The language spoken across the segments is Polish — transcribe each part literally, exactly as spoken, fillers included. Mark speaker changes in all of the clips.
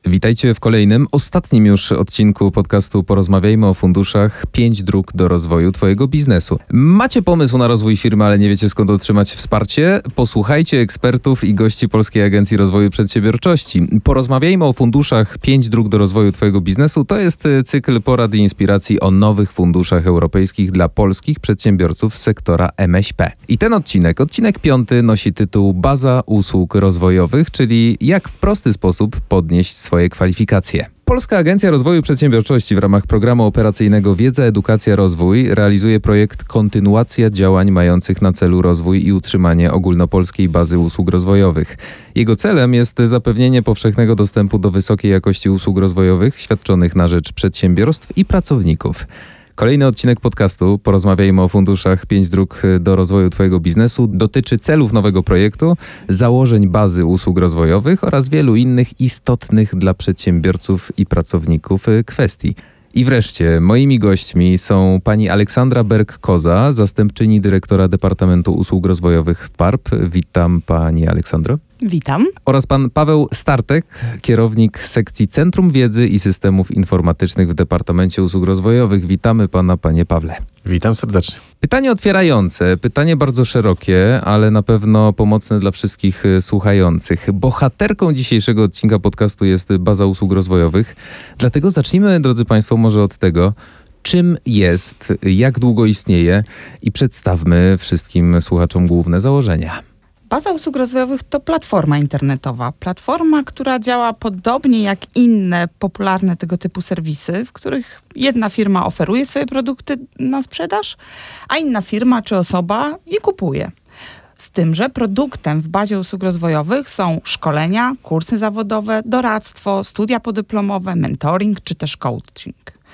Speaker 1: Witajcie w kolejnym, ostatnim już odcinku podcastu Porozmawiajmy o funduszach. Pięć dróg do rozwoju Twojego biznesu. Macie pomysł na rozwój firmy, ale nie wiecie skąd otrzymać wsparcie? Posłuchajcie ekspertów i gości Polskiej Agencji Rozwoju Przedsiębiorczości. Porozmawiajmy o funduszach. Pięć dróg do rozwoju Twojego biznesu. To jest cykl porad i inspiracji o nowych funduszach europejskich dla polskich przedsiębiorców z sektora M S P. I ten odcinek, odcinek piąty, nosi tytuł Baza usług rozwojowych, czyli jak w prosty sposób podnieść swoje kwalifikacje. Polska Agencja Rozwoju Przedsiębiorczości w ramach programu operacyjnego Wiedza, Edukacja, Rozwój realizuje projekt Kontynuacja działań mających na celu rozwój i utrzymanie ogólnopolskiej bazy usług rozwojowych. Jego celem jest zapewnienie powszechnego dostępu do wysokiej jakości usług rozwojowych świadczonych na rzecz przedsiębiorstw i pracowników. Kolejny odcinek podcastu Porozmawiajmy o funduszach. Pięć dróg do rozwoju Twojego biznesu dotyczy celów nowego projektu, założeń bazy usług rozwojowych oraz wielu innych istotnych dla przedsiębiorców i pracowników kwestii. I wreszcie moimi gośćmi są pani Aleksandra Berg-Koza, zastępczyni dyrektora Departamentu Usług Rozwojowych w P A R P. Witam pani Aleksandro.
Speaker 2: Witam.
Speaker 1: Oraz pan Paweł Startek, kierownik sekcji Centrum Wiedzy i Systemów Informatycznych w Departamencie Usług Rozwojowych. Witamy pana, panie Pawle.
Speaker 3: Witam serdecznie.
Speaker 1: Pytanie otwierające, pytanie bardzo szerokie, ale na pewno pomocne dla wszystkich słuchających. Bohaterką dzisiejszego odcinka podcastu jest baza usług rozwojowych. Dlatego zacznijmy, drodzy państwo, może od tego, czym jest, jak długo istnieje i przedstawmy wszystkim słuchaczom główne założenia.
Speaker 2: Baza usług rozwojowych to platforma internetowa. Platforma, która działa podobnie jak inne popularne tego typu serwisy, w których jedna firma oferuje swoje produkty na sprzedaż, a inna firma czy osoba je kupuje. Z tym, że produktem w bazie usług rozwojowych są szkolenia, kursy zawodowe, doradztwo, studia podyplomowe, mentoring czy też coaching.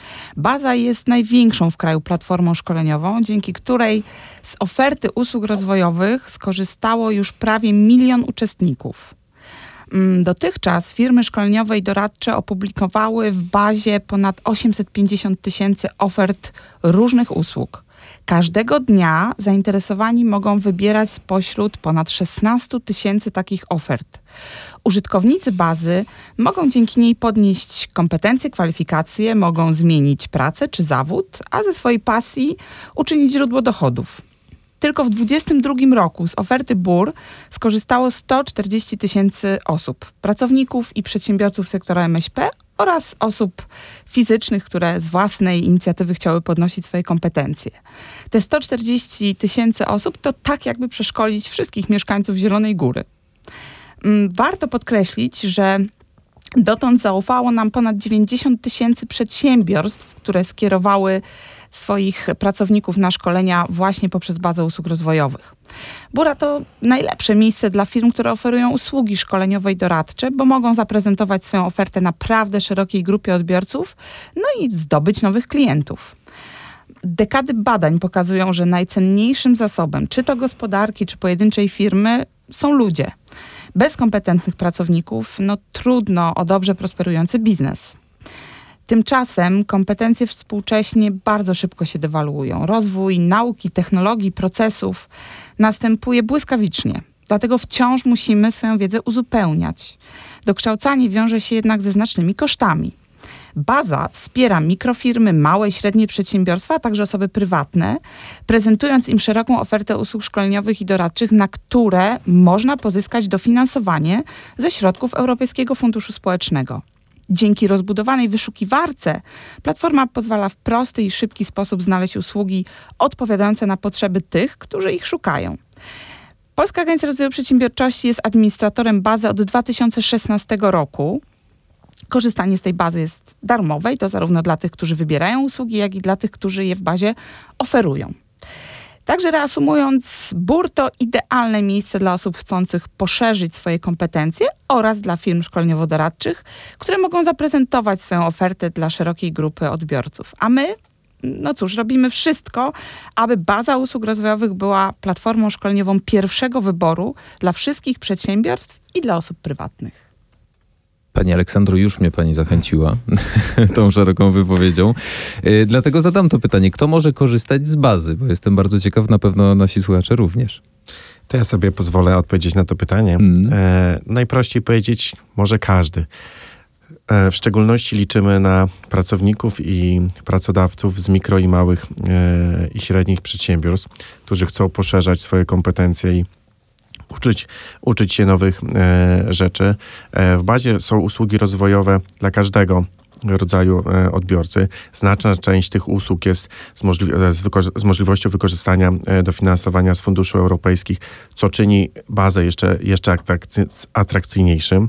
Speaker 2: Baza jest największą w kraju platformą szkoleniową, dzięki której z oferty usług rozwojowych skorzystało już prawie milion uczestników. Dotychczas firmy szkoleniowe i doradcze opublikowały w bazie ponad osiemset pięćdziesiąt tysięcy ofert różnych usług. Każdego dnia zainteresowani mogą wybierać spośród ponad szesnaście tysięcy takich ofert. Użytkownicy bazy mogą dzięki niej podnieść kompetencje, kwalifikacje, mogą zmienić pracę czy zawód, a ze swojej pasji uczynić źródło dochodów. Tylko w dwudziestym drugim roku z oferty B U R skorzystało sto czterdzieści tysięcy osób, pracowników i przedsiębiorców sektora M S P oraz osób fizycznych, które z własnej inicjatywy chciały podnosić swoje kompetencje. Te sto czterdzieści tysięcy osób to tak jakby przeszkolić wszystkich mieszkańców Zielonej Góry. Warto podkreślić, że dotąd zaufało nam ponad dziewięćdziesiąt tysięcy przedsiębiorstw, które skierowały swoich pracowników na szkolenia właśnie poprzez bazę usług rozwojowych. B U R to najlepsze miejsce dla firm, które oferują usługi szkoleniowe i doradcze, bo mogą zaprezentować swoją ofertę naprawdę szerokiej grupie odbiorców, no i zdobyć nowych klientów. Dekady badań pokazują, że najcenniejszym zasobem, czy to gospodarki, czy pojedynczej firmy, są ludzie. Bez kompetentnych pracowników no, trudno o dobrze prosperujący biznes. Tymczasem kompetencje współcześnie bardzo szybko się dewaluują. Rozwój nauki, technologii, procesów następuje błyskawicznie. Dlatego wciąż musimy swoją wiedzę uzupełniać. Dokształcanie wiąże się jednak ze znacznymi kosztami. Baza wspiera mikrofirmy, małe i średnie przedsiębiorstwa, a także osoby prywatne, prezentując im szeroką ofertę usług szkoleniowych i doradczych, na które można pozyskać dofinansowanie ze środków Europejskiego Funduszu Społecznego. Dzięki rozbudowanej wyszukiwarce platforma pozwala w prosty i szybki sposób znaleźć usługi odpowiadające na potrzeby tych, którzy ich szukają. Polska Agencja Rozwoju Przedsiębiorczości jest administratorem bazy od dwa tysiące szesnastego roku. Korzystanie z tej bazy jest darmowe i to zarówno dla tych, którzy wybierają usługi, jak i dla tych, którzy je w bazie oferują. Także reasumując, B U R to idealne miejsce dla osób chcących poszerzyć swoje kompetencje oraz dla firm szkoleniowo-doradczych, które mogą zaprezentować swoją ofertę dla szerokiej grupy odbiorców. A my, no cóż, robimy wszystko, aby baza usług rozwojowych była platformą szkoleniową pierwszego wyboru dla wszystkich przedsiębiorstw i dla osób prywatnych.
Speaker 1: Pani Aleksandro, już mnie pani zachęciła tą szeroką wypowiedzią. Yy, dlatego zadam to pytanie. Kto może korzystać z bazy? Bo jestem bardzo ciekaw, na pewno nasi słuchacze również.
Speaker 3: To ja sobie pozwolę odpowiedzieć na to pytanie. Mm. E, najprościej powiedzieć, może każdy. W szczególności liczymy na pracowników i pracodawców z mikro i małych i średnich przedsiębiorstw, którzy chcą poszerzać swoje kompetencje i uczyć, uczyć się nowych rzeczy. W bazie są usługi rozwojowe dla każdego rodzaju odbiorcy. Znaczna część tych usług jest z, możli- z, wyko- z możliwością wykorzystania dofinansowania z funduszy europejskich, co czyni bazę jeszcze, jeszcze atrakcy- atrakcyjniejszym.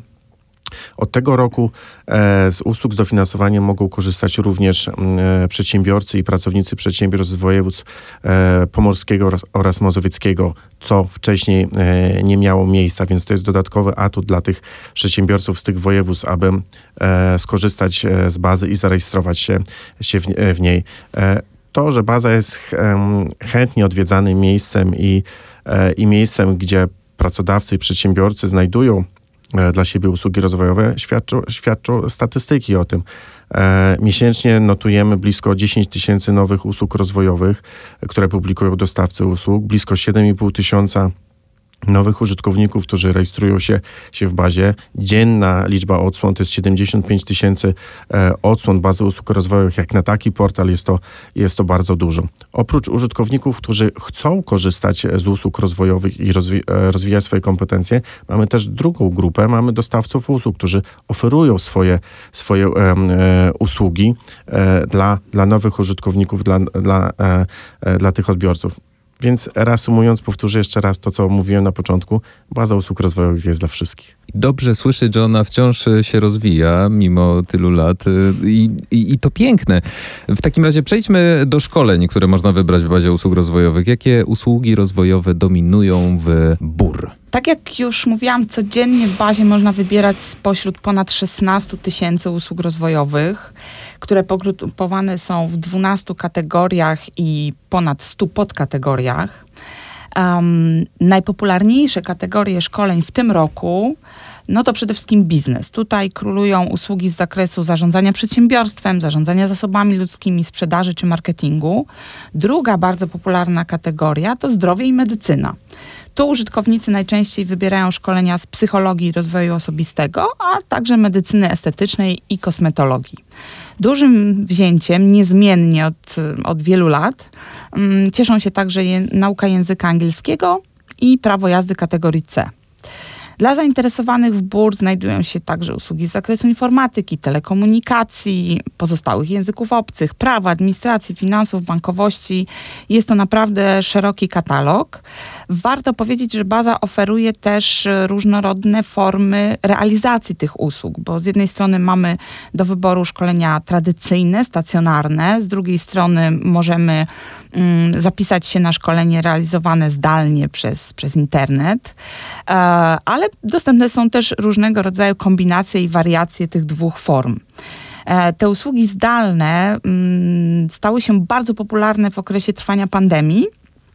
Speaker 3: Od tego roku e, z usług z dofinansowaniem mogą korzystać również e, przedsiębiorcy i pracownicy przedsiębiorstw z województw e, pomorskiego oraz, oraz mazowieckiego, co wcześniej e, nie miało miejsca, więc to jest dodatkowy atut dla tych przedsiębiorców z tych województw, aby e, skorzystać e, z bazy i zarejestrować się, się w, w niej. E, to, że baza jest e, chętnie odwiedzanym miejscem i, e, i miejscem, gdzie pracodawcy i przedsiębiorcy znajdują dla siebie usługi rozwojowe, świadczą, świadczą statystyki o tym. E, miesięcznie notujemy blisko dziesięć tysięcy nowych usług rozwojowych, które publikują dostawcy usług, blisko siedem i pół tysiąca nowych użytkowników, którzy rejestrują się, się w bazie. Dzienna liczba odsłon to jest siedemdziesiąt pięć tysięcy e, odsłon bazy usług rozwojowych. Jak na taki portal jest to, jest to bardzo dużo. Oprócz użytkowników, którzy chcą korzystać z usług rozwojowych i rozwi- e, rozwijać swoje kompetencje, mamy też drugą grupę, mamy dostawców usług, którzy oferują swoje, swoje e, e, usługi e, dla, dla nowych użytkowników, dla, dla, e, e, dla tych odbiorców. Więc reasumując, powtórzę jeszcze raz to, co mówiłem na początku. Baza usług rozwojowych jest dla wszystkich.
Speaker 1: Dobrze słyszy, że ona wciąż się rozwija mimo tylu lat i, i, i to piękne. W takim razie przejdźmy do szkoleń, które można wybrać w bazie usług rozwojowych. Jakie usługi rozwojowe dominują w B U R?
Speaker 2: Tak jak już mówiłam, codziennie w bazie można wybierać spośród ponad szesnaście tysięcy usług rozwojowych, które pogrupowane są w dwunastu kategoriach i ponad stu podkategoriach. Um, najpopularniejsze kategorie szkoleń w tym roku no to przede wszystkim biznes. Tutaj królują usługi z zakresu zarządzania przedsiębiorstwem, zarządzania zasobami ludzkimi, sprzedaży czy marketingu. Druga bardzo popularna kategoria to zdrowie i medycyna. Tu użytkownicy najczęściej wybierają szkolenia z psychologii i rozwoju osobistego, a także medycyny estetycznej i kosmetologii. Dużym wzięciem, niezmiennie od, od wielu lat, um, cieszą się także je, nauka języka angielskiego i prawo jazdy kategorii C. Dla zainteresowanych w B U R znajdują się także usługi z zakresu informatyki, telekomunikacji, pozostałych języków obcych, prawa, administracji, finansów, bankowości. Jest to naprawdę szeroki katalog. Warto powiedzieć, że baza oferuje też różnorodne formy realizacji tych usług, bo z jednej strony mamy do wyboru szkolenia tradycyjne, stacjonarne, z drugiej strony możemy mm, zapisać się na szkolenie realizowane zdalnie przez, przez internet, e, ale dostępne są też różnego rodzaju kombinacje i wariacje tych dwóch form. E, te usługi zdalne mm, stały się bardzo popularne w okresie trwania pandemii,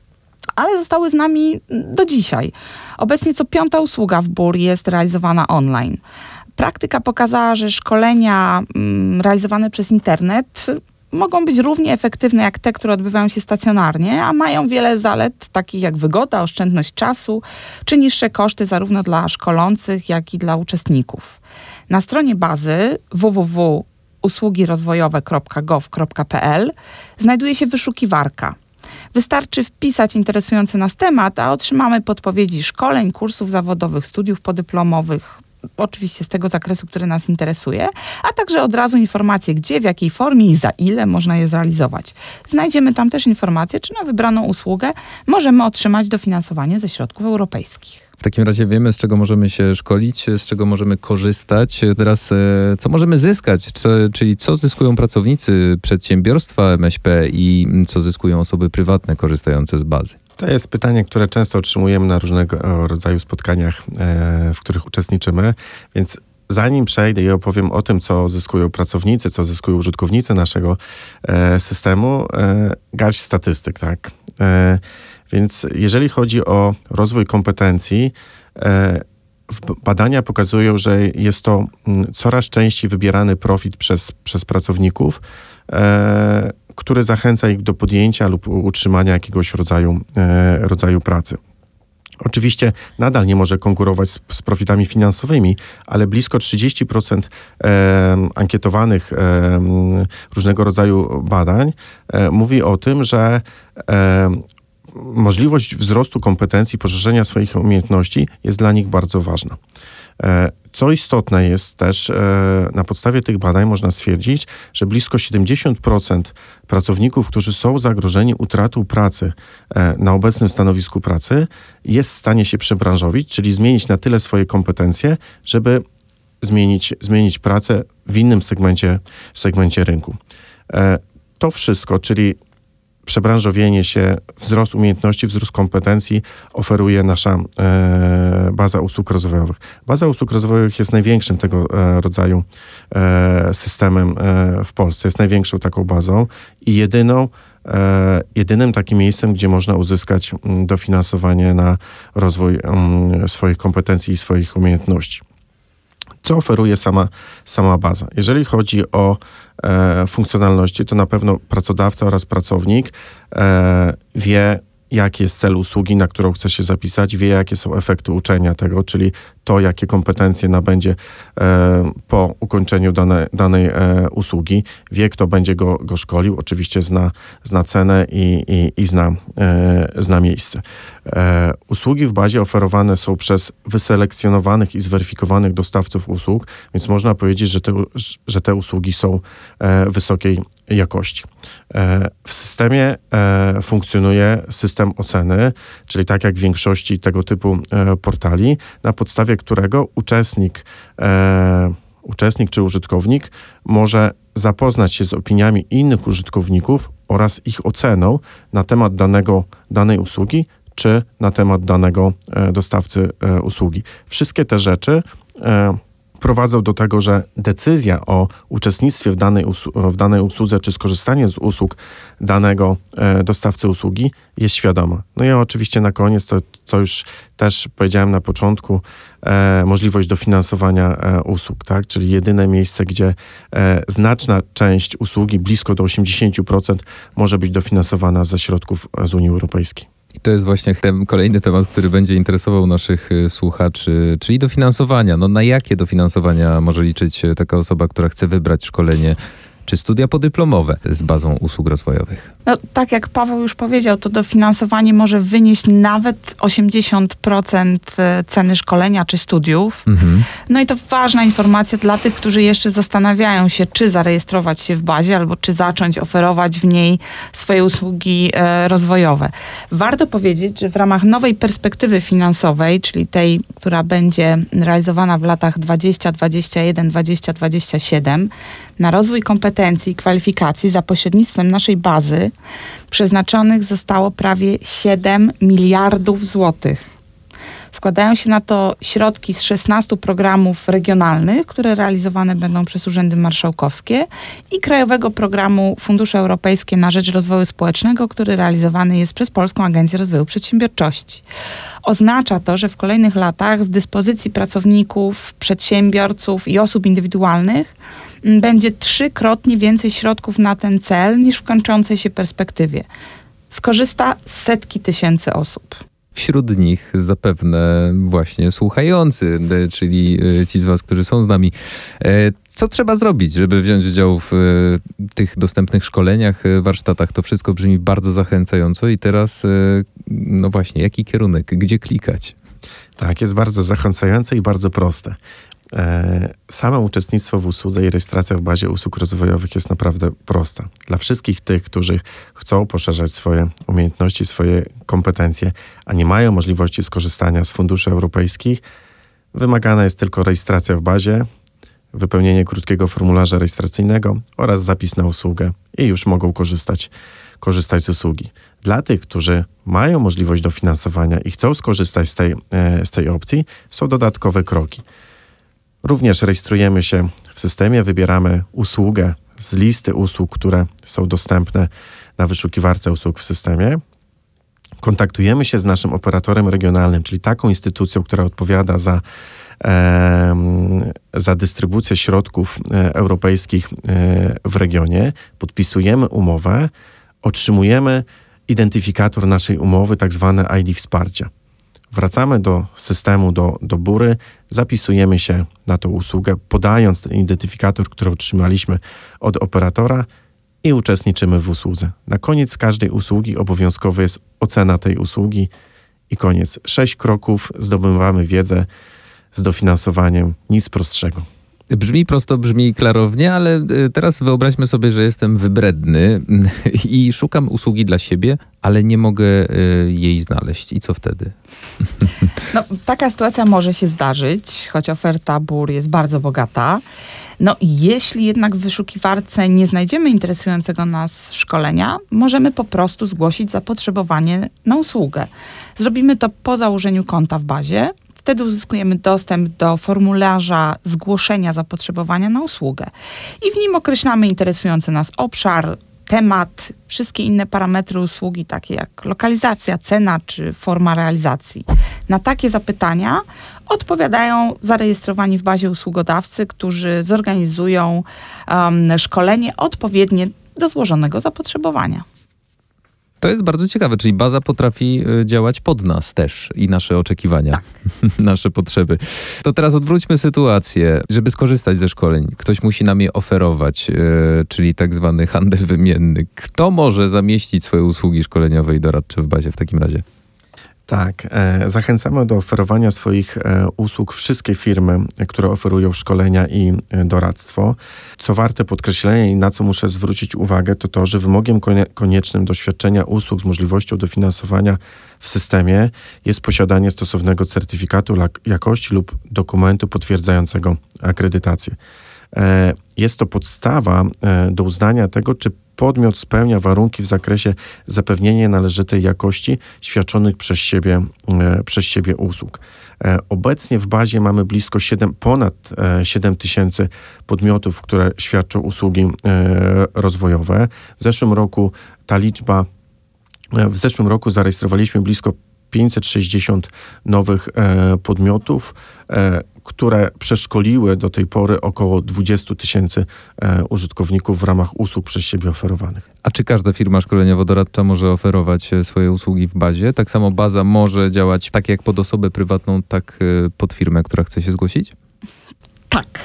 Speaker 2: ale zostały z nami do dzisiaj. Obecnie co piąta usługa w B U R jest realizowana online. Praktyka pokazała, że szkolenia mm, realizowane przez internet mogą być równie efektywne jak te, które odbywają się stacjonarnie, a mają wiele zalet, takich jak wygoda, oszczędność czasu, czy niższe koszty zarówno dla szkolących, jak i dla uczestników. Na stronie bazy w w w kropka usługi rozwojowe kropka gov kropka p l znajduje się wyszukiwarka. Wystarczy wpisać interesujący nas temat, a otrzymamy podpowiedzi szkoleń, kursów zawodowych, studiów podyplomowych, oczywiście z tego zakresu, który nas interesuje, a także od razu informacje, gdzie, w jakiej formie i za ile można je zrealizować. Znajdziemy tam też informacje, czy na wybraną usługę możemy otrzymać dofinansowanie ze środków europejskich.
Speaker 1: W takim razie wiemy, z czego możemy się szkolić, z czego możemy korzystać. Teraz co możemy zyskać, czyli co zyskują pracownicy przedsiębiorstwa M S P i co zyskują osoby prywatne korzystające z bazy?
Speaker 3: To jest pytanie, które często otrzymujemy na różnego rodzaju spotkaniach, w których uczestniczymy, więc zanim przejdę i opowiem o tym, co zyskują pracownicy, co zyskują użytkownicy naszego systemu, garść statystyk, tak? Więc jeżeli chodzi o rozwój kompetencji, badania pokazują, że jest to coraz częściej wybierany profil przez, przez pracowników, który zachęca ich do podjęcia lub utrzymania jakiegoś rodzaju, rodzaju pracy. Oczywiście nadal nie może konkurować z, z profitami finansowymi, ale blisko trzydzieści procent e, ankietowanych e, różnego rodzaju badań e, mówi o tym, że e, możliwość wzrostu kompetencji, poszerzenia swoich umiejętności jest dla nich bardzo ważna. E, co istotne jest też, e, na podstawie tych badań można stwierdzić, że blisko siedemdziesiąt procent pracowników, którzy są zagrożeni utratą pracy e, na obecnym stanowisku pracy, jest w stanie się przebranżowić, czyli zmienić na tyle swoje kompetencje, żeby zmienić, zmienić pracę w innym segmencie, segmencie rynku. E, to wszystko, czyli przebranżowienie się, wzrost umiejętności, wzrost kompetencji oferuje nasza e, baza usług rozwojowych. Baza usług rozwojowych jest największym tego e, rodzaju e, systemem e, w Polsce. Jest największą taką bazą i jedyną, e, jedynym takim miejscem, gdzie można uzyskać m, dofinansowanie na rozwój m, swoich kompetencji i swoich umiejętności. Co oferuje sama, sama baza? Jeżeli chodzi o e, funkcjonalności, to na pewno pracodawca oraz pracownik e, wie, jaki jest cel usługi, na którą chce się zapisać, wie, jakie są efekty uczenia tego, czyli to, jakie kompetencje nabędzie e, po ukończeniu dane, danej e, usługi, wie, kto będzie go, go szkolił, oczywiście zna, zna cenę i, i, i zna, e, zna miejsce. E, usługi w bazie oferowane są przez wyselekcjonowanych i zweryfikowanych dostawców usług, więc można powiedzieć, że te, że te usługi są e, wysokiej jakości. E, w systemie e, funkcjonuje system oceny, czyli tak jak w większości tego typu e, portali, na podstawie którego uczestnik, e, uczestnik czy użytkownik może zapoznać się z opiniami innych użytkowników oraz ich oceną na temat danego, danej usługi, czy na temat danego e, dostawcy e, usługi. Wszystkie te rzeczy e, prowadzą do tego, że decyzja o uczestnictwie w danej, usłu- w danej usłudze, czy skorzystanie z usług danego e, dostawcy usługi jest świadoma. No i oczywiście na koniec, to, to już też powiedziałem na początku, e, możliwość dofinansowania e, usług, tak? Czyli jedyne miejsce, gdzie e, znaczna część usługi, blisko do osiemdziesiąt procent może być dofinansowana ze środków z Unii Europejskiej.
Speaker 1: I to jest właśnie ten kolejny temat, który będzie interesował naszych słuchaczy, czyli dofinansowania. No na jakie dofinansowania może liczyć taka osoba, która chce wybrać szkolenie czy studia podyplomowe z bazą usług rozwojowych?
Speaker 2: No, tak jak Paweł już powiedział, to dofinansowanie może wynieść nawet osiemdziesiąt procent ceny szkolenia czy studiów. Mhm. No i to ważna informacja dla tych, którzy jeszcze zastanawiają się, czy zarejestrować się w bazie, albo czy zacząć oferować w niej swoje usługi e, rozwojowe. Warto powiedzieć, że w ramach nowej perspektywy finansowej, czyli tej, która będzie realizowana w latach dwudziestym dwudziestym pierwszym dwudziestym dwudziestym siódmym, na rozwój kompetencji i kwalifikacji za pośrednictwem naszej bazy przeznaczonych zostało prawie siedem miliardów złotych. Składają się na to środki z szesnastu programów regionalnych, które realizowane będą przez urzędy marszałkowskie i Krajowego Programu Fundusze Europejskie na rzecz Rozwoju Społecznego, który realizowany jest przez Polską Agencję Rozwoju Przedsiębiorczości. Oznacza to, że w kolejnych latach w dyspozycji pracowników, przedsiębiorców i osób indywidualnych będzie trzykrotnie więcej środków na ten cel niż w kończącej się perspektywie. Skorzysta setki tysięcy osób.
Speaker 1: Wśród nich zapewne właśnie słuchający, czyli ci z was, którzy są z nami. Co trzeba zrobić, żeby wziąć udział w tych dostępnych szkoleniach, warsztatach? To wszystko brzmi bardzo zachęcająco i teraz, no właśnie, jaki kierunek? Gdzie klikać?
Speaker 3: Tak, jest bardzo zachęcające i bardzo proste. Same uczestnictwo w usłudze i rejestracja w bazie usług rozwojowych jest naprawdę prosta. Dla wszystkich tych, którzy chcą poszerzać swoje umiejętności, swoje kompetencje, a nie mają możliwości skorzystania z funduszy europejskich, wymagana jest tylko rejestracja w bazie, wypełnienie krótkiego formularza rejestracyjnego oraz zapis na usługę i już mogą korzystać, korzystać z usługi. Dla tych, którzy mają możliwość dofinansowania i chcą skorzystać z tej, z tej opcji, są dodatkowe kroki. Również rejestrujemy się w systemie, wybieramy usługę z listy usług, które są dostępne na wyszukiwarce usług w systemie. Kontaktujemy się z naszym operatorem regionalnym, czyli taką instytucją, która odpowiada za, e, za dystrybucję środków e, europejskich e, w regionie. Podpisujemy umowę, otrzymujemy identyfikator naszej umowy, tak zwane I D wsparcia. wracamy do systemu, do, do bury, zapisujemy się na tą usługę, podając ten identyfikator, który otrzymaliśmy od operatora i uczestniczymy w usłudze. Na koniec każdej usługi obowiązkowa jest ocena tej usługi i koniec. Sześć kroków, zdobywamy wiedzę z dofinansowaniem, nic prostszego.
Speaker 1: Brzmi prosto, brzmi klarownie, ale teraz wyobraźmy sobie, że jestem wybredny i szukam usługi dla siebie, ale nie mogę jej znaleźć. I co wtedy?
Speaker 2: No, taka sytuacja może się zdarzyć, choć oferta B U R jest bardzo bogata. No i jeśli jednak w wyszukiwarce nie znajdziemy interesującego nas szkolenia, możemy po prostu zgłosić zapotrzebowanie na usługę. Zrobimy to po założeniu konta w bazie. Wtedy uzyskujemy dostęp do formularza zgłoszenia zapotrzebowania na usługę. I w nim określamy interesujący nas obszar, temat, wszystkie inne parametry usługi, takie jak lokalizacja, cena czy forma realizacji. Na takie zapytania odpowiadają zarejestrowani w bazie usługodawcy, którzy zorganizują um, szkolenie odpowiednie do złożonego zapotrzebowania.
Speaker 1: To jest bardzo ciekawe, czyli baza potrafi działać pod nas też i nasze oczekiwania,
Speaker 2: tak.
Speaker 1: nasze potrzeby. To teraz odwróćmy sytuację, żeby skorzystać ze szkoleń. Ktoś musi nam je oferować, yy, czyli tak zwany handel wymienny. Kto może zamieścić swoje usługi szkoleniowe i doradcze w bazie w takim razie?
Speaker 3: Tak, e, zachęcamy do oferowania swoich e, usług wszystkie firmy, które oferują szkolenia i e, doradztwo. Co warte podkreślenia i na co muszę zwrócić uwagę, to to, że wymogiem konie, koniecznym do świadczenia usług z możliwością dofinansowania w systemie jest posiadanie stosownego certyfikatu lak- jakości lub dokumentu potwierdzającego akredytację. E, jest to podstawa e, do uznania tego, czy podmiot spełnia warunki w zakresie zapewnienia należytej jakości świadczonych przez siebie, e, przez siebie usług. E, obecnie w bazie mamy blisko siedem, ponad e, siedem tysięcy podmiotów, które świadczą usługi e, rozwojowe. W zeszłym roku ta liczba, e, w zeszłym roku zarejestrowaliśmy blisko pięćset sześćdziesiąt nowych e, podmiotów, e, które przeszkoliły do tej pory około dwadzieścia tysięcy e, użytkowników w ramach usług przez siebie oferowanych.
Speaker 1: A czy każda firma szkoleniowo-doradcza może oferować swoje usługi w bazie? Tak samo baza może działać tak jak pod osobę prywatną, tak pod firmę, która chce się zgłosić?
Speaker 2: Tak.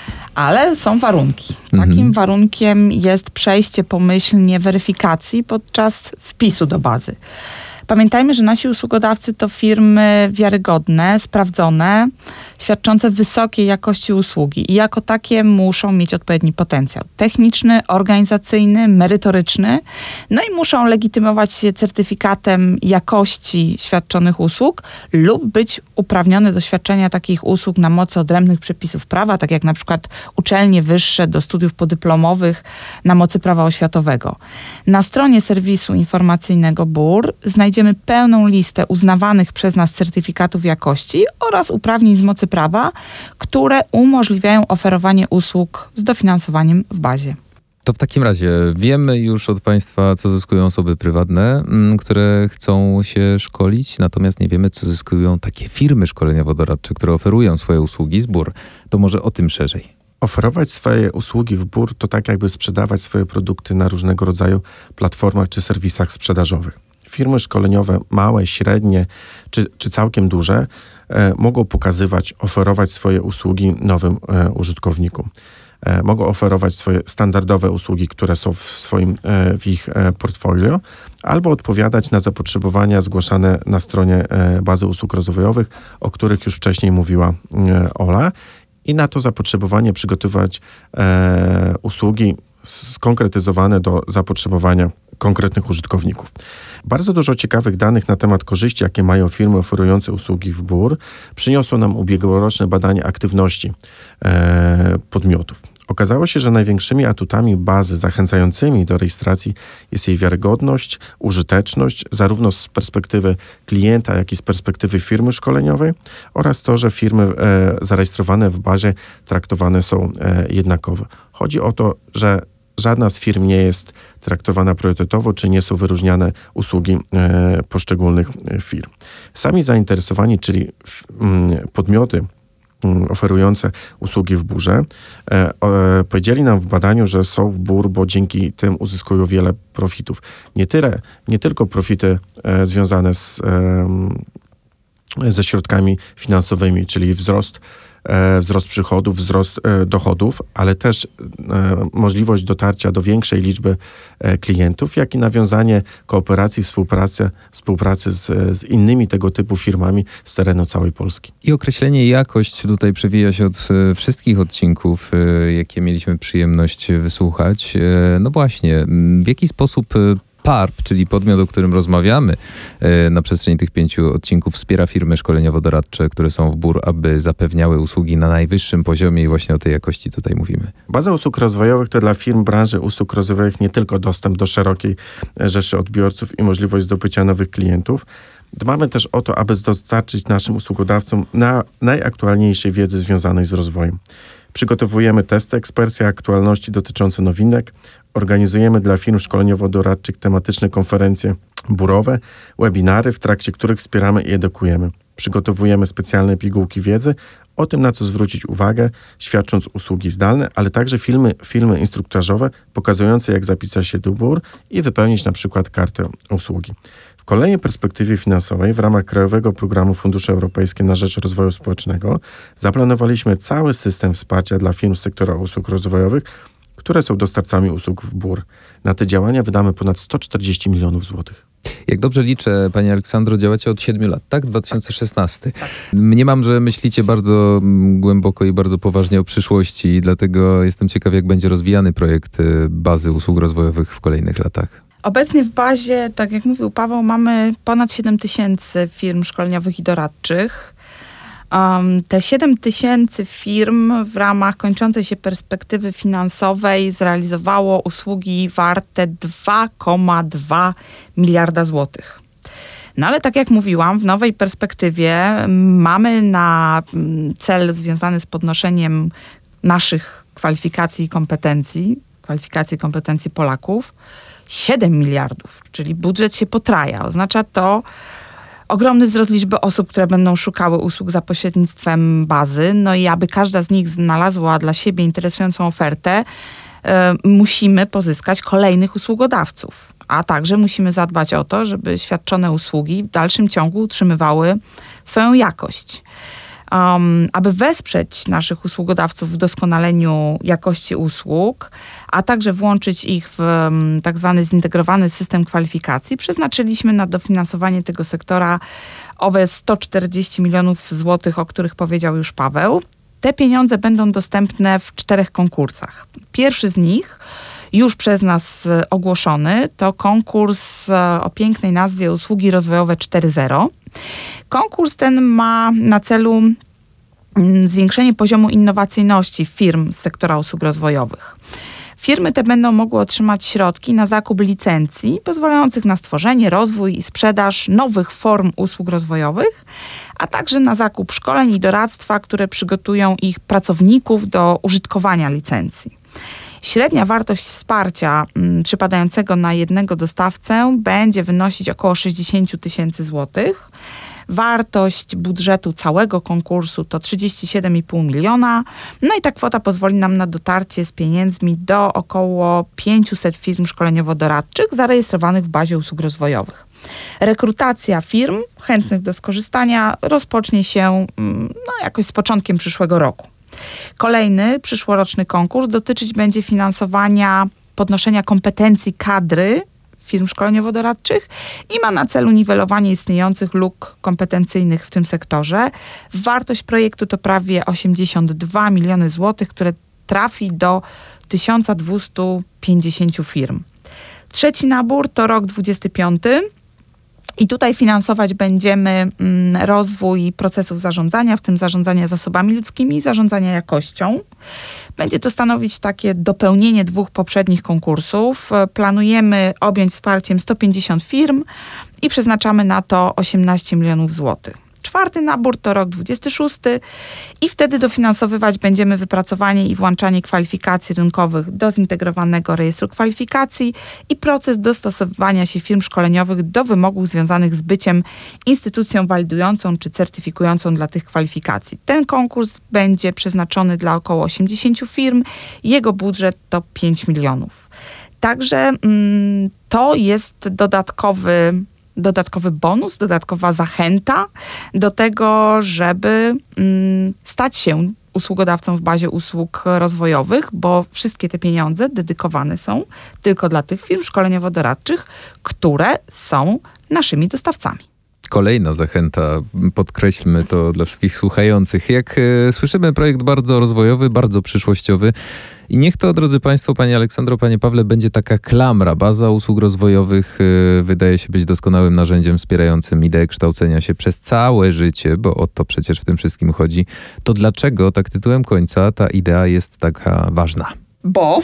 Speaker 2: Ale są warunki. Takim
Speaker 1: Mhm.
Speaker 2: warunkiem jest przejście pomyślnie weryfikacji podczas wpisu do bazy. Pamiętajmy, że nasi usługodawcy to firmy wiarygodne, sprawdzone, świadczące wysokiej jakości usługi i jako takie muszą mieć odpowiedni potencjał techniczny, organizacyjny, merytoryczny, no i muszą legitymować się certyfikatem jakości świadczonych usług lub być uprawnione do świadczenia takich usług na mocy odrębnych przepisów prawa, tak jak na przykład uczelnie wyższe do studiów podyplomowych na mocy prawa oświatowego. Na stronie serwisu informacyjnego B U R znajdziemy pełną listę uznawanych przez nas certyfikatów jakości oraz uprawnień z mocy prawa, które umożliwiają oferowanie usług z dofinansowaniem w bazie.
Speaker 1: To w takim razie wiemy już od Państwa, co zyskują osoby prywatne, które chcą się szkolić, natomiast nie wiemy, co zyskują takie firmy szkoleniowo-doradcze, które oferują swoje usługi z B U R. To może o tym szerzej.
Speaker 3: Oferować swoje usługi w B U R to tak jakby sprzedawać swoje produkty na różnego rodzaju platformach czy serwisach sprzedażowych. Firmy szkoleniowe, małe, średnie czy, czy całkiem duże, e, mogą pokazywać, oferować swoje usługi nowym e, użytkownikom. E, mogą oferować swoje standardowe usługi, które są w swoim, e, w ich e, portfolio, albo odpowiadać na zapotrzebowania zgłaszane na stronie e, bazy usług rozwojowych, o których już wcześniej mówiła e, Ola. I na to zapotrzebowanie przygotować e, usługi skonkretyzowane do zapotrzebowania konkretnych użytkowników. Bardzo dużo ciekawych danych na temat korzyści, jakie mają firmy oferujące usługi w B U R, przyniosło nam ubiegłoroczne badanie aktywności e, podmiotów. Okazało się, że największymi atutami bazy zachęcającymi do rejestracji jest jej wiarygodność, użyteczność, zarówno z perspektywy klienta, jak i z perspektywy firmy szkoleniowej oraz to, że firmy e, zarejestrowane w bazie traktowane są e, jednakowo. Chodzi o to, że żadna z firm nie jest traktowana priorytetowo, czy nie są wyróżniane usługi e, poszczególnych firm. Sami zainteresowani, czyli f, m, podmioty m, oferujące usługi w B U R-ze, e, e, powiedzieli nam w badaniu, że są w B U R, bo dzięki tym uzyskują wiele profitów. Nie tyle, nie tylko profity e, związane z e, ze środkami finansowymi, czyli wzrost wzrost przychodów, wzrost dochodów, ale też możliwość dotarcia do większej liczby klientów, jak i nawiązanie kooperacji, współpracy, współpracy z, z innymi tego typu firmami z terenu całej Polski.
Speaker 1: I określenie jakość tutaj przewija się od wszystkich odcinków, jakie mieliśmy przyjemność wysłuchać. No właśnie, w jaki sposób P A R P, czyli podmiot, o którym rozmawiamy na przestrzeni tych pięciu odcinków, wspiera firmy szkoleniowo-doradcze, które są w B U R, aby zapewniały usługi na najwyższym poziomie i właśnie o tej jakości tutaj mówimy.
Speaker 3: Baza usług rozwojowych to dla firm branży usług rozwojowych nie tylko dostęp do szerokiej rzeszy odbiorców i możliwość zdobycia nowych klientów. Dbamy też o to, aby dostarczyć naszym usługodawcom na najaktualniejszej wiedzy związanej z rozwojem. Przygotowujemy testy ekspercje aktualności dotyczące nowinek, organizujemy dla firm szkoleniowo-doradczych tematyczne konferencje B U R-owe, webinary, w trakcie których wspieramy i edukujemy. Przygotowujemy specjalne pigułki wiedzy o tym, na co zwrócić uwagę, świadcząc usługi zdalne, ale także filmy, filmy instruktażowe pokazujące, jak zapisać się do B U R i wypełnić na przykład kartę usługi. W kolejnej perspektywie finansowej w ramach Krajowego Programu Fundusze Europejskie na rzecz Rozwoju Społecznego zaplanowaliśmy cały system wsparcia dla firm z sektora usług rozwojowych, które są dostawcami usług w B U R. Na te działania wydamy ponad sto czterdzieści milionów złotych.
Speaker 1: Jak dobrze liczę, Pani Aleksandro, działacie od siedmiu lat, tak? dwa tysiące szesnasty. Tak. Mniemam, że myślicie bardzo głęboko i bardzo poważnie o przyszłości, dlatego jestem ciekaw, jak będzie rozwijany projekt bazy usług rozwojowych w kolejnych latach.
Speaker 2: Obecnie w bazie, tak jak mówił Paweł, mamy ponad siedem tysięcy firm szkoleniowych i doradczych. Um, te siedem tysięcy firm w ramach kończącej się perspektywy finansowej zrealizowało usługi warte dwa przecinek dwa miliarda złotych. No ale tak jak mówiłam, w nowej perspektywie mamy na cel związany z podnoszeniem naszych kwalifikacji i kompetencji, kwalifikacji i kompetencji Polaków, siedem miliardów, czyli budżet się potraja. Oznacza to ogromny wzrost liczby osób, które będą szukały usług za pośrednictwem bazy. No i aby każda z nich znalazła dla siebie interesującą ofertę, yy, musimy pozyskać kolejnych usługodawców. A także musimy zadbać o to, żeby świadczone usługi w dalszym ciągu utrzymywały swoją jakość. Um, aby wesprzeć naszych usługodawców w doskonaleniu jakości usług, a także włączyć ich w um, tak zwany zintegrowany system kwalifikacji, przeznaczyliśmy na dofinansowanie tego sektora owe sto czterdzieści milionów złotych, o których powiedział już Paweł. Te pieniądze będą dostępne w czterech konkursach. Pierwszy z nich, już przez nas ogłoszony, to konkurs o pięknej nazwie Usługi Rozwojowe cztery zero. Konkurs ten ma na celu zwiększenie poziomu innowacyjności firm z sektora usług rozwojowych. Firmy te będą mogły otrzymać środki na zakup licencji pozwalających na stworzenie, rozwój i sprzedaż nowych form usług rozwojowych, a także na zakup szkoleń i doradztwa, które przygotują ich pracowników do użytkowania licencji. Średnia wartość wsparcia m, przypadającego na jednego dostawcę będzie wynosić około sześćdziesiąt tysięcy złotych. Wartość budżetu całego konkursu to trzydzieści siedem i pół miliona. No i ta kwota pozwoli nam na dotarcie z pieniędzmi do około pięciuset firm szkoleniowo-doradczych zarejestrowanych w bazie usług rozwojowych. Rekrutacja firm chętnych do skorzystania rozpocznie się no, jakoś z początkiem przyszłego roku. Kolejny przyszłoroczny konkurs dotyczyć będzie finansowania podnoszenia kompetencji kadry firm szkoleniowo-doradczych i ma na celu niwelowanie istniejących luk kompetencyjnych w tym sektorze. Wartość projektu to prawie osiemdziesiąt dwa miliony złotych, które trafi do tysiąc dwieście pięćdziesiąt firm. Trzeci nabór to rok dwudziesty piąty. I tutaj finansować będziemy rozwój procesów zarządzania, w tym zarządzania zasobami ludzkimi i zarządzania jakością. Będzie to stanowić takie dopełnienie dwóch poprzednich konkursów. Planujemy objąć wsparciem sto pięćdziesiąt firm i przeznaczamy na to osiemnaście milionów złotych. Czwarty nabór to rok dwudziesty szósty i wtedy dofinansowywać będziemy wypracowanie i włączanie kwalifikacji rynkowych do zintegrowanego rejestru kwalifikacji i proces dostosowywania się firm szkoleniowych do wymogów związanych z byciem instytucją walidującą czy certyfikującą dla tych kwalifikacji. Ten konkurs będzie przeznaczony dla około osiemdziesięciu firm. Jego budżet to pięć milionów. Także mm, to jest dodatkowy dodatkowy bonus, dodatkowa zachęta do tego, żeby mm, stać się usługodawcą w bazie usług rozwojowych, bo wszystkie te pieniądze dedykowane są tylko dla tych firm szkoleniowo-doradczych, które są naszymi dostawcami.
Speaker 1: Kolejna zachęta, podkreślmy to dla wszystkich słuchających. Jak e, słyszymy, projekt bardzo rozwojowy, bardzo przyszłościowy. I niech to, drodzy Państwo, Pani Aleksandro, Panie Pawle, będzie taka klamra. Baza usług rozwojowych e, wydaje się być doskonałym narzędziem wspierającym ideę kształcenia się przez całe życie, bo o to przecież w tym wszystkim chodzi. To dlaczego, tak tytułem końca, ta idea jest taka ważna?
Speaker 2: Bo...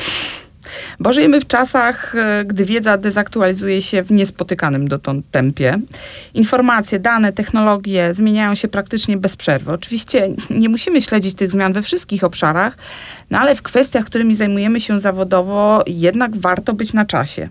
Speaker 2: Bo żyjemy w czasach, gdy wiedza dezaktualizuje się w niespotykanym dotąd tempie. Informacje, dane, technologie zmieniają się praktycznie bez przerwy. Oczywiście nie musimy śledzić tych zmian we wszystkich obszarach, no ale w kwestiach, którymi zajmujemy się zawodowo, jednak warto być na czasie.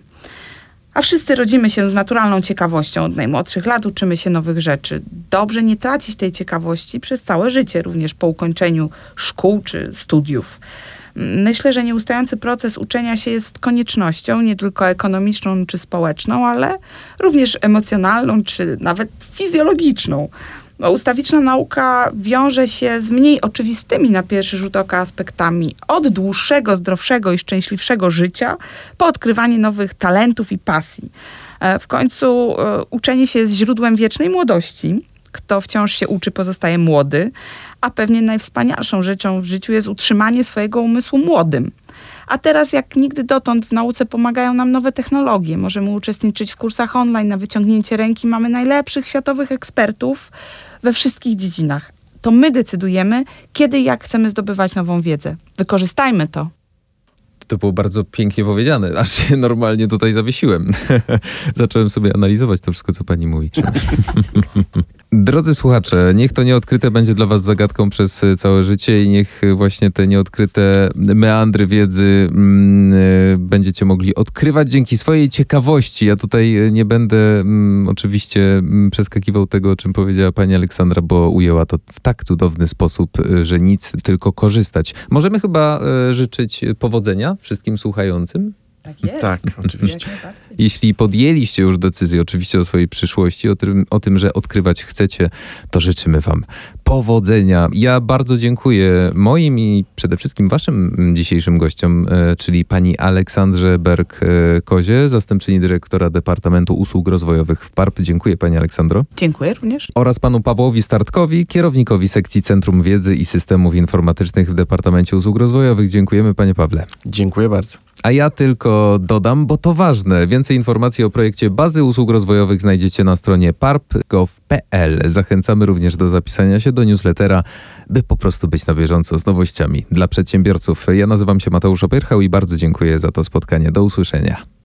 Speaker 2: A wszyscy rodzimy się z naturalną ciekawością. Od najmłodszych lat uczymy się nowych rzeczy. Dobrze nie tracić tej ciekawości przez całe życie, również po ukończeniu szkół czy studiów. Myślę, że nieustający proces uczenia się jest koniecznością, nie tylko ekonomiczną czy społeczną, ale również emocjonalną czy nawet fizjologiczną. Ustawiczna nauka wiąże się z mniej oczywistymi na pierwszy rzut oka aspektami od dłuższego, zdrowszego i szczęśliwszego życia po odkrywanie nowych talentów i pasji. W końcu uczenie się jest źródłem wiecznej młodości. Kto wciąż się uczy, pozostaje młody, a pewnie najwspanialszą rzeczą w życiu jest utrzymanie swojego umysłu młodym. A teraz jak nigdy dotąd w nauce pomagają nam nowe technologie. Możemy uczestniczyć w kursach online na wyciągnięcie ręki. Mamy najlepszych światowych ekspertów we wszystkich dziedzinach. To my decydujemy, kiedy i jak chcemy zdobywać nową wiedzę. Wykorzystajmy to.
Speaker 1: To było bardzo pięknie powiedziane, aż się normalnie tutaj zawiesiłem. Zacząłem sobie analizować to wszystko, co pani mówi. Drodzy słuchacze, niech to nieodkryte będzie dla was zagadką przez całe życie i niech właśnie te nieodkryte meandry wiedzy mm, będziecie mogli odkrywać dzięki swojej ciekawości. Ja tutaj nie będę mm, oczywiście przeskakiwał tego, o czym powiedziała pani Aleksandra, bo ujęła to w tak cudowny sposób, że nic, tylko korzystać. Możemy chyba e, życzyć powodzenia wszystkim słuchającym?
Speaker 2: Tak jest.
Speaker 3: Tak, oczywiście.
Speaker 1: Jeśli podjęliście już decyzję oczywiście o swojej przyszłości, o tym, o tym, że odkrywać chcecie, to życzymy wam powodzenia. Ja bardzo dziękuję moim i przede wszystkim waszym dzisiejszym gościom, czyli pani Aleksandrze Berg-Kozie, zastępczyni dyrektora Departamentu Usług Rozwojowych w P A R P. Dziękuję pani Aleksandro.
Speaker 2: Dziękuję również.
Speaker 1: Oraz panu Pawłowi Startkowi, kierownikowi sekcji Centrum Wiedzy i Systemów Informatycznych w Departamencie Usług Rozwojowych. Dziękujemy, panie Pawle.
Speaker 3: Dziękuję bardzo.
Speaker 1: A ja tylko dodam, bo to ważne. Więcej informacji o projekcie Bazy Usług Rozwojowych znajdziecie na stronie p a r p kropka gov kropka p l. Zachęcamy również do zapisania się do newslettera, by po prostu być na bieżąco z nowościami dla przedsiębiorców. Ja nazywam się Mateusz Opyrchał i bardzo dziękuję za to spotkanie. Do usłyszenia.